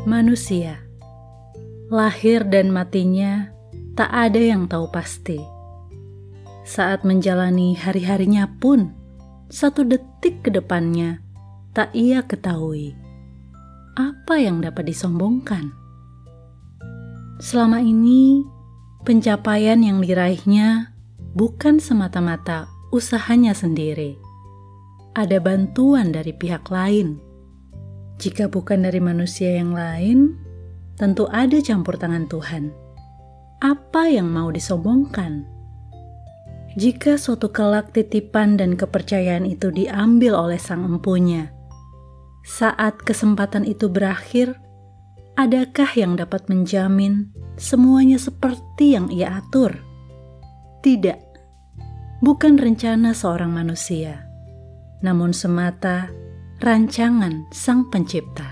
Manusia, lahir dan matinya tak ada yang tahu pasti. Saat menjalani hari-harinya pun, satu detik ke depannya tak ia ketahui. Apa yang dapat disombongkan? Selama ini, pencapaian yang diraihnya bukan semata-mata usahanya sendiri. Ada bantuan dari pihak lain. Jika bukan dari manusia yang lain, tentu ada campur tangan Tuhan. Apa yang mau disombongkan? Jika suatu kelak titipan dan kepercayaan itu diambil oleh sang empunya, saat kesempatan itu berakhir, adakah yang dapat menjamin semuanya seperti yang ia atur? Tidak, bukan rencana seorang manusia, namun semata rancangan Sang Pencipta.